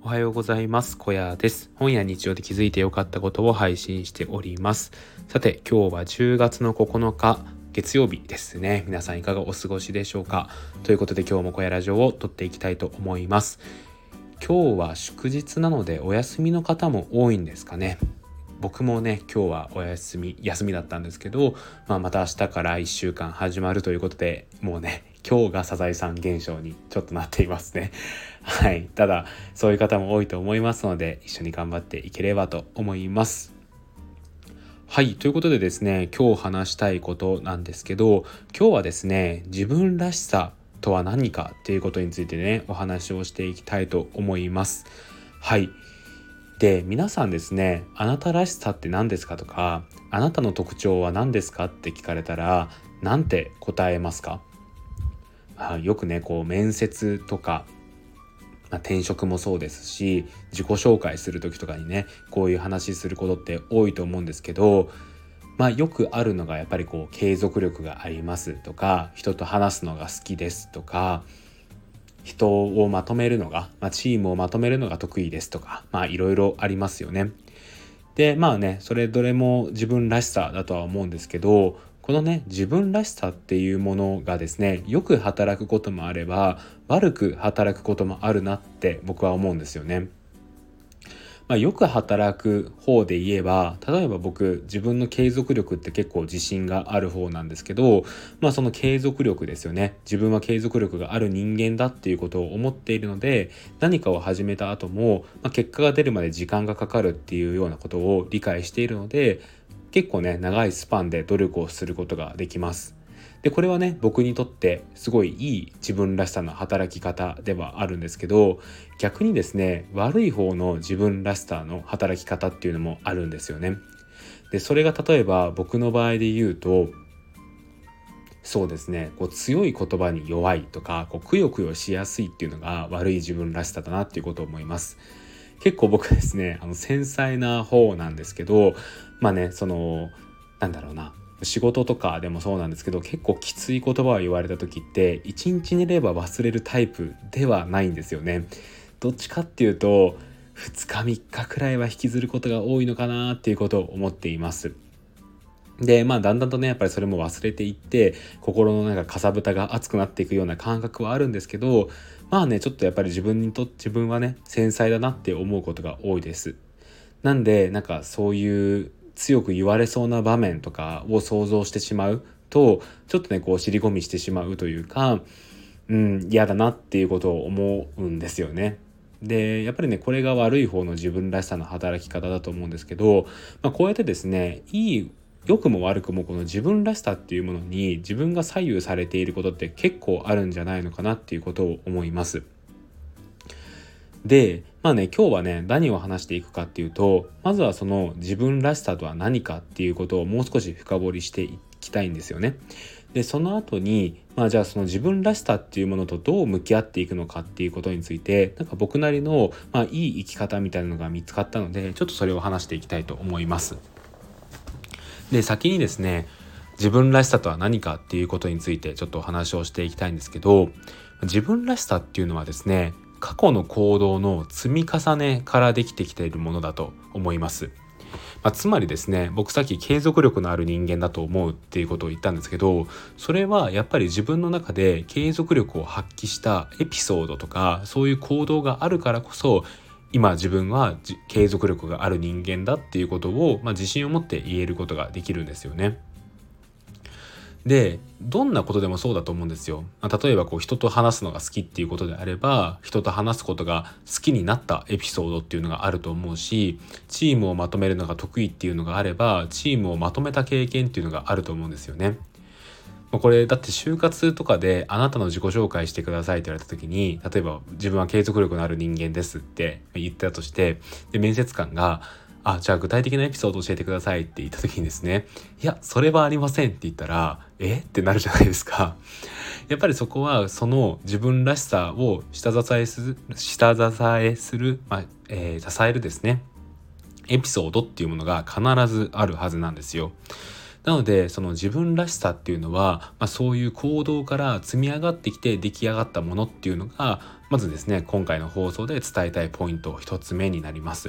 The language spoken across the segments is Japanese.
おはようございます。小屋です。本や日常で気づいてよかったことを配信しております。さて、今日は10月の9日月曜日ですね。皆さんいかがお過ごしでしょうか。ということで今日も小屋ラジオを撮っていきたいと思います。今日は祝日なのでお休みの方も多いんですかね。僕もね、今日は休みだったんですけど、また明日から1週間始まるということで、もうね、今日がサザエさん現象にちょっとなっていますね。はい。ただ、そういう方も多いと思いますので、一緒に頑張っていければと思います。はい。ということでですね、今日話したいことなんですけど、今日はですね、自分らしさとは何かっていうことについてね、お話をしていきたいと思います。はい。で、皆さんですね、あなたらしさって何ですかとか、あなたの特徴は何ですかって聞かれたら、なんて答えますか？よくね、面接とか、転職もそうですし、自己紹介する時とかにね、こういう話することって多いと思うんですけど、よくあるのがやっぱり継続力がありますとか、人と話すのが好きですとか、人をまとめるのが、チームをまとめるのが得意ですとか、いろいろありますよね。で、それどれも自分らしさだとは思うんですけど、このね、自分らしさっていうものがですね、よく働くこともあれば、悪く働くこともあるなって僕は思うんですよね。よく働く方で言えば、例えば僕自分の継続力って結構自信がある方なんですけど、その継続力ですよね。自分は継続力がある人間だっていうことを思っているので、何かを始めた後も、結果が出るまで時間がかかるっていうようなことを理解しているので、結構ね、長いスパンで努力をすることができます。で、これはね、僕にとってすごいいい自分らしさの働き方ではあるんですけど、逆にですね、悪い方の自分らしさの働き方っていうのもあるんですよね。で、それが例えば僕の場合で言うと、そうですね、強い言葉に弱いとか、くよくよしやすいっていうのが悪い自分らしさだなっていうことを思います。結構僕ですね、繊細な方なんですけど、なんだろうな、仕事とかでもそうなんですけど、結構きつい言葉を言われた時って1日寝れば忘れるタイプではないんですよね。どっちかっていうと2日3日くらいは引きずることが多いのかなっていうことを思っています。で、だんだんとね、やっぱりそれも忘れていって、心のかさぶたが熱くなっていくような感覚はあるんですけど、ちょっとやっぱり自分はね、繊細だなって思うことが多いです。なんで、そういう強く言われそうな場面とかを想像してしまうと、ちょっとね、尻込みしてしまうというか、嫌だなっていうことを思うんですよね。で、やっぱりね、これが悪い方の自分らしさの働き方だと思うんですけど、こうやってですね、良くも悪くもこの自分らしさっていうものに自分が左右されていることって結構あるんじゃないのかなっていうことを思います。で、今日はね、何を話していくかっていうと、まずはその自分らしさとは何かっていうことをもう少し深掘りしていきたいんですよね。で、その後に、じゃあその自分らしさっていうものとどう向き合っていくのかっていうことについて、僕なりの、いい生き方みたいなのが見つかったので、ちょっとそれを話していきたいと思います。で、先にですね、自分らしさとは何かっていうことについてちょっとお話をしていきたいんですけど、自分らしさっていうのはですね、過去の行動の積み重ねからできてきているものだと思います。つまりですね、僕さっき継続力のある人間だと思うっていうことを言ったんですけど、それはやっぱり自分の中で継続力を発揮したエピソードとか、そういう行動があるからこそ、今自分は継続力がある人間だっていうことを、自信を持って言えることができるんですよね。で、どんなことでもそうだと思うんですよ。例えば人と話すのが好きっていうことであれば、人と話すことが好きになったエピソードっていうのがあると思うし、チームをまとめるのが得意っていうのがあれば、チームをまとめた経験っていうのがあると思うんですよね。これだって就活とかであなたの自己紹介してくださいって言われた時に、例えば自分は継続力のある人間ですって言ったとして、で面接官がじゃあ具体的なエピソードを教えてくださいって言った時にですね、いやそれはありませんって言ったらってなるじゃないですか。やっぱりそこはその自分らしさを下支えする、支えるですねエピソードっていうものが必ずあるはずなんですよ。 なのでその自分らしさっていうのは、そういう行動から積み上がってきて出来上がったものっていうのがまずですね、今回の放送で伝えたいポイント一つ目になります。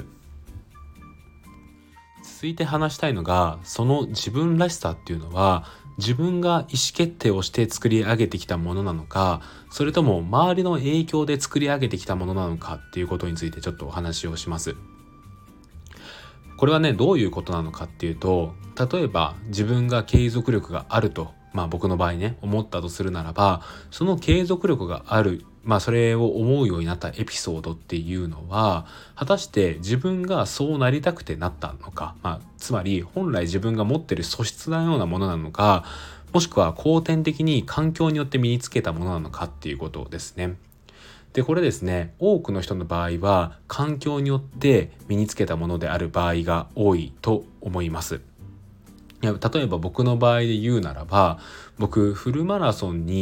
続いて話したいのが、その自分らしさっていうのは自分が意思決定をして作り上げてきたものなのか、それとも周りの影響で作り上げてきたものなのかっていうことについてちょっとお話をします。これはね、どういうことなのかっていうと、例えば自分が継続力があると、僕の場合ね、思ったとするならば、その継続力がある、それを思うようになったエピソードっていうのは、果たして自分がそうなりたくてなったのか、つまり本来自分が持っている素質のようなものなのか、もしくは後天的に環境によって身につけたものなのかっていうことですね。でこれですね、多くの人の場合は環境によって身につけたものである場合が多いと思います。例えば僕の場合で言うならば、僕フルマラソン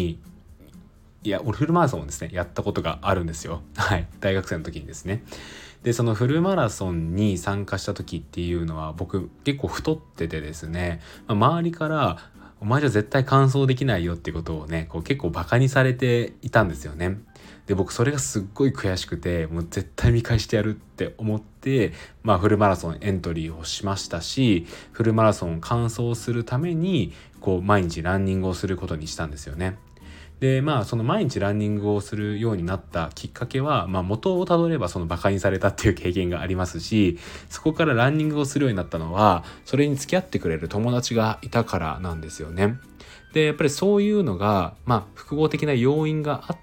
をですねやったことがあるんですよ。はい、大学生の時にですね。でそのフルマラソンに参加した時っていうのは、僕結構太っててですね、周りからお前じゃ絶対完走できないよっていうことをね、結構バカにされていたんですよね。で僕それがすっごい悔しくて、もう絶対見返してやるって思って、フルマラソンエントリーをしましたし、フルマラソンを完走するために毎日ランニングをすることにしたんですよね。でその毎日ランニングをするようになったきっかけは、元をたどればそのバカにされたっていう経験がありますし、そこからランニングをするようになったのは、それに付き合ってくれる友達がいたからなんですよね。でやっぱりそういうのが、複合的な要因があって、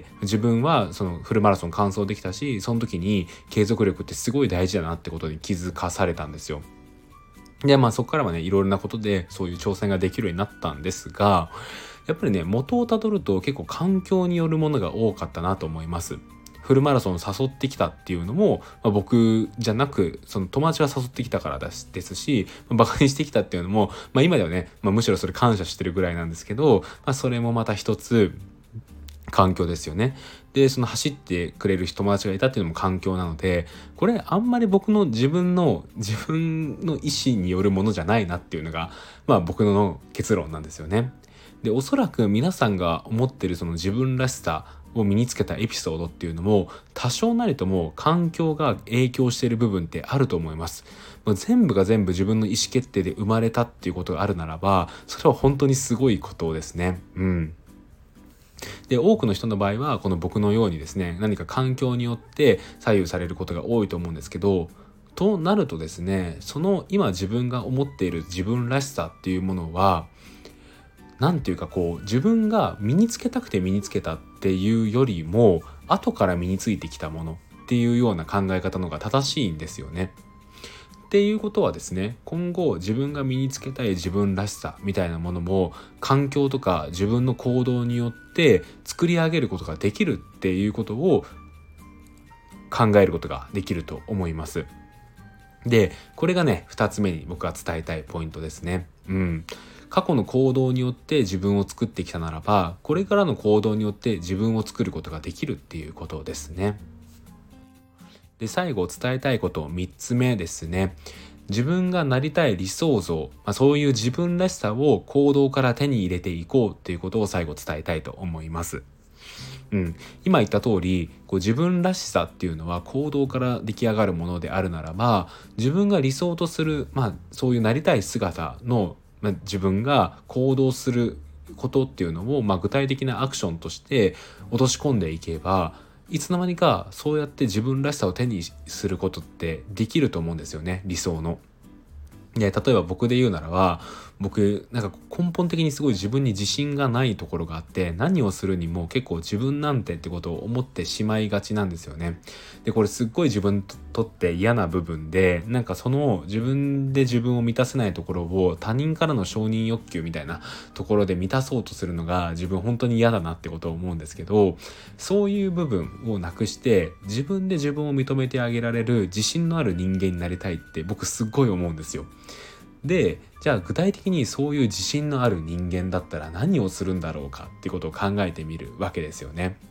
自分はそのフルマラソン完走できたし、その時に継続力ってすごい大事だなってことに気づかされたんですよ。でそこからはね、いろいろなことでそういう挑戦ができるようになったんですが、やっぱりね、元をたどると結構環境によるものが多かったなと思います。フルマラソンを誘ってきたっていうのも、僕じゃなくその友達が誘ってきたからですし、バカにしてきたっていうのも、今ではね、むしろそれ感謝してるぐらいなんですけど、それもまた一つ環境ですよね。でその走ってくれる友達がいたっていうのも環境なので、これあんまり僕の自分の意思によるものじゃないなっていうのが、僕の結論なんですよね。でおそらく皆さんが思ってるその自分らしさを身につけたエピソードっていうのも、多少なりとも環境が影響している部分ってあると思います。全部が全部自分の意思決定で生まれたっていうことがあるならば、それは本当にすごいことですね。で多くの人の場合はこの僕のようにですね、何か環境によって左右されることが多いと思うんですけど、となるとですね、その今自分が思っている自分らしさっていうものは、なんていうか自分が身につけたくて身につけたっていうよりも、後から身についてきたものっていうような考え方の方が正しいんですよね。っていうことはですね、今後自分が身につけたい自分らしさみたいなものも、環境とか自分の行動によって作り上げることができるっていうことを考えることができると思います。でこれがね、2つ目に僕が伝えたいポイントですね。過去の行動によって自分を作ってきたならば、これからの行動によって自分を作ることができるっていうことですね。で最後伝えたいこと3つ目ですね。自分がなりたい理想像、そういう自分らしさを行動から手に入れていこうっていうことを最後伝えたいと思います。今言った通り、自分らしさっていうのは行動から出来上がるものであるならば、自分が理想とする、そういうなりたい姿の、自分が行動することっていうのを、具体的なアクションとして落とし込んでいけば、いつの間にかそうやって自分らしさを手にすることってできると思うんですよね、理想の。で例えば僕で言うならば、僕根本的にすごい自分に自信がないところがあって、何をするにも結構自分なんてってことを思ってしまいがちなんですよね。でこれすっごい自分にとって嫌な部分で、その自分で自分を満たせないところを他人からの承認欲求みたいなところで満たそうとするのが自分本当に嫌だなってことを思うんですけど、そういう部分をなくして自分で自分を認めてあげられる自信のある人間になりたいって僕すっごい思うんですよ。でじゃあ具体的にそういう自信のある人間だったら何をするんだろうかっていうことを考えてみるわけですよね。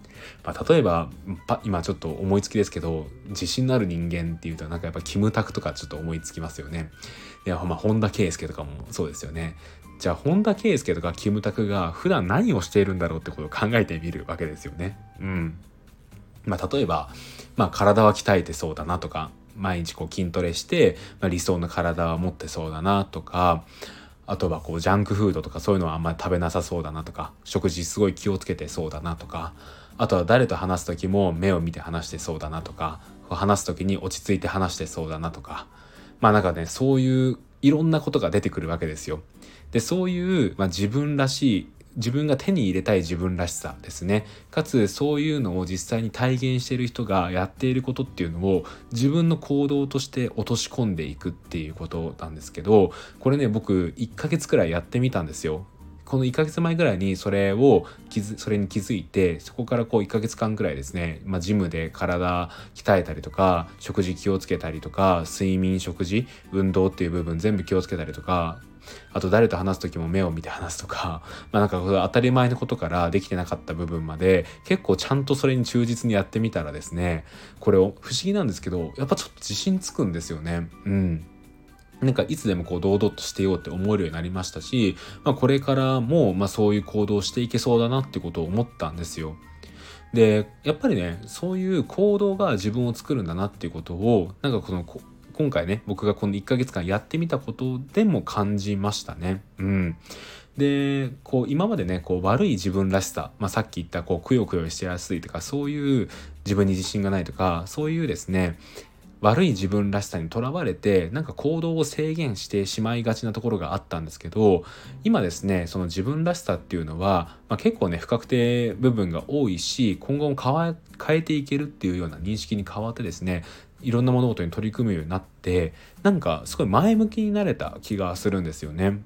例えば今ちょっと思いつきですけど、自信のある人間っていうとなんかやっぱキムタクとかちょっと思いつきますよね。いや本田圭佑とかもそうですよね。じゃあ本田圭佑とかキムタクが普段何をしているんだろうってことを考えてみるわけですよね。例えば、体は鍛えてそうだなとか、毎日筋トレして、理想の体は持ってそうだなとか、あとはジャンクフードとかそういうのはあんまり食べなさそうだなとか、食事すごい気をつけてそうだなとか、あとは誰と話す時も目を見て話してそうだなとか、話す時に落ち着いて話してそうだなとか、なんかね、そういういろんなことが出てくるわけですよ。でそういう、自分らしい、自分が手に入れたい自分らしさですね。かつそういうのを実際に体現している人がやっていることっていうのを自分の行動として落とし込んでいくっていうことなんですけど、これね、僕1ヶ月くらいやってみたんですよ。この1ヶ月前ぐらいにそれに気づいて、そこから1ヶ月間くらいですね、ジムで体鍛えたりとか、食事気をつけたりとか、睡眠、食事、運動っていう部分全部気をつけたりとか、あと誰と話す時も目を見て話すとか、なんか当たり前のことからできてなかった部分まで結構ちゃんとそれに忠実にやってみたらですね、これ不思議なんですけど、やっぱちょっと自信つくんですよね。なんかいつでも堂々としてようって思えるようになりましたし、これからもそういう行動をしていけそうだなってことを思ったんですよ。でやっぱりね、そういう行動が自分を作るんだなっていうことを、なんか今回ね、僕がこの1ヶ月間やってみたことでも感じましたね。で今までね、悪い自分らしさ、さっき言ったくよくよしやすいとか、そういう自分に自信がないとか、そういうですね、悪い自分らしさにとらわれてなんか行動を制限してしまいがちなところがあったんですけど、今ですね、その自分らしさっていうのは、結構ね、不確定部分が多いし、今後も変えていけるっていうような認識に変わってですね、いろんな物事に取り組むようになって、なんかすごい前向きになれた気がするんですよね。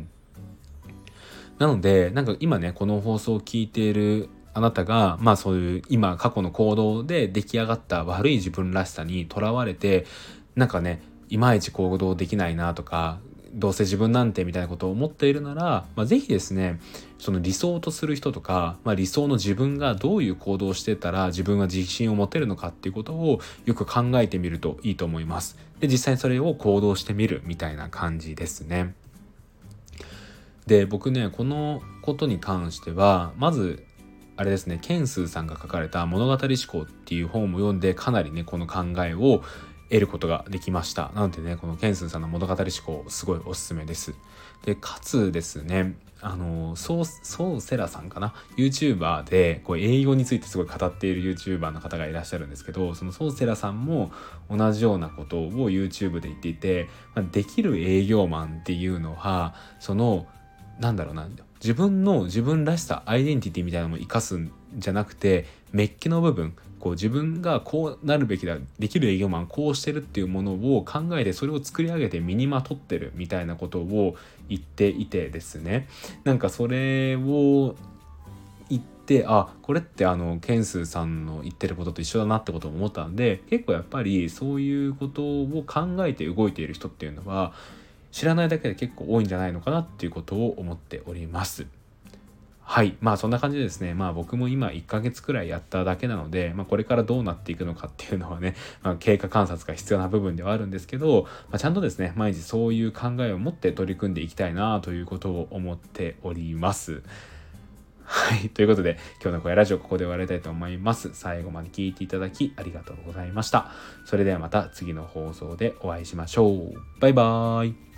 なのでなんか今ね、この放送を聞いているあなたが、そういう今過去の行動で出来上がった悪い自分らしさにとらわれて、なんかね、いまいち行動できないなとか、どうせ自分なんてみたいなことを思っているなら、ぜひですね、その理想とする人とか、理想の自分がどういう行動をしてたら自分は自信を持てるのかっていうことをよく考えてみるといいと思います。で実際にそれを行動してみるみたいな感じですね。で僕ね、このことに関してはまずあれですね、ケンスーさんが書かれた物語思考っていう本を読んで、かなりねこの考えを得ることができました。なのでね、このケンスーさんの物語思考すごいおすすめです。でかつですね、ソーセラさんかな、 YouTuber で英語についてすごい語っている YouTuber の方がいらっしゃるんですけど、そのソーセラさんも同じようなことを YouTube で言っていて、できる営業マンっていうのは自分らしさ、アイデンティティみたいなのも生かすんじゃなくて、メッキの部分、自分がこうなるべきだ、できる営業マンこうしてるっていうものを考えて、それを作り上げて身にまとってるみたいなことを言っていてですね、なんかそれを言って、これってケンスーさんの言ってることと一緒だなってことを思ったんで、結構やっぱりそういうことを考えて動いている人っていうのは知らないだけで結構多いんじゃないのかなっていうことを思っております。はい、そんな感じでですね、僕も今1ヶ月くらいやっただけなので、これからどうなっていくのかっていうのはね、経過観察が必要な部分ではあるんですけど、ちゃんとですね、毎日そういう考えを持って取り組んでいきたいなということを思っております。はい、ということで今日の声ラジオここで終わりたいと思います。最後まで聞いていただきありがとうございました。それではまた次の放送でお会いしましょう。バイバーイ。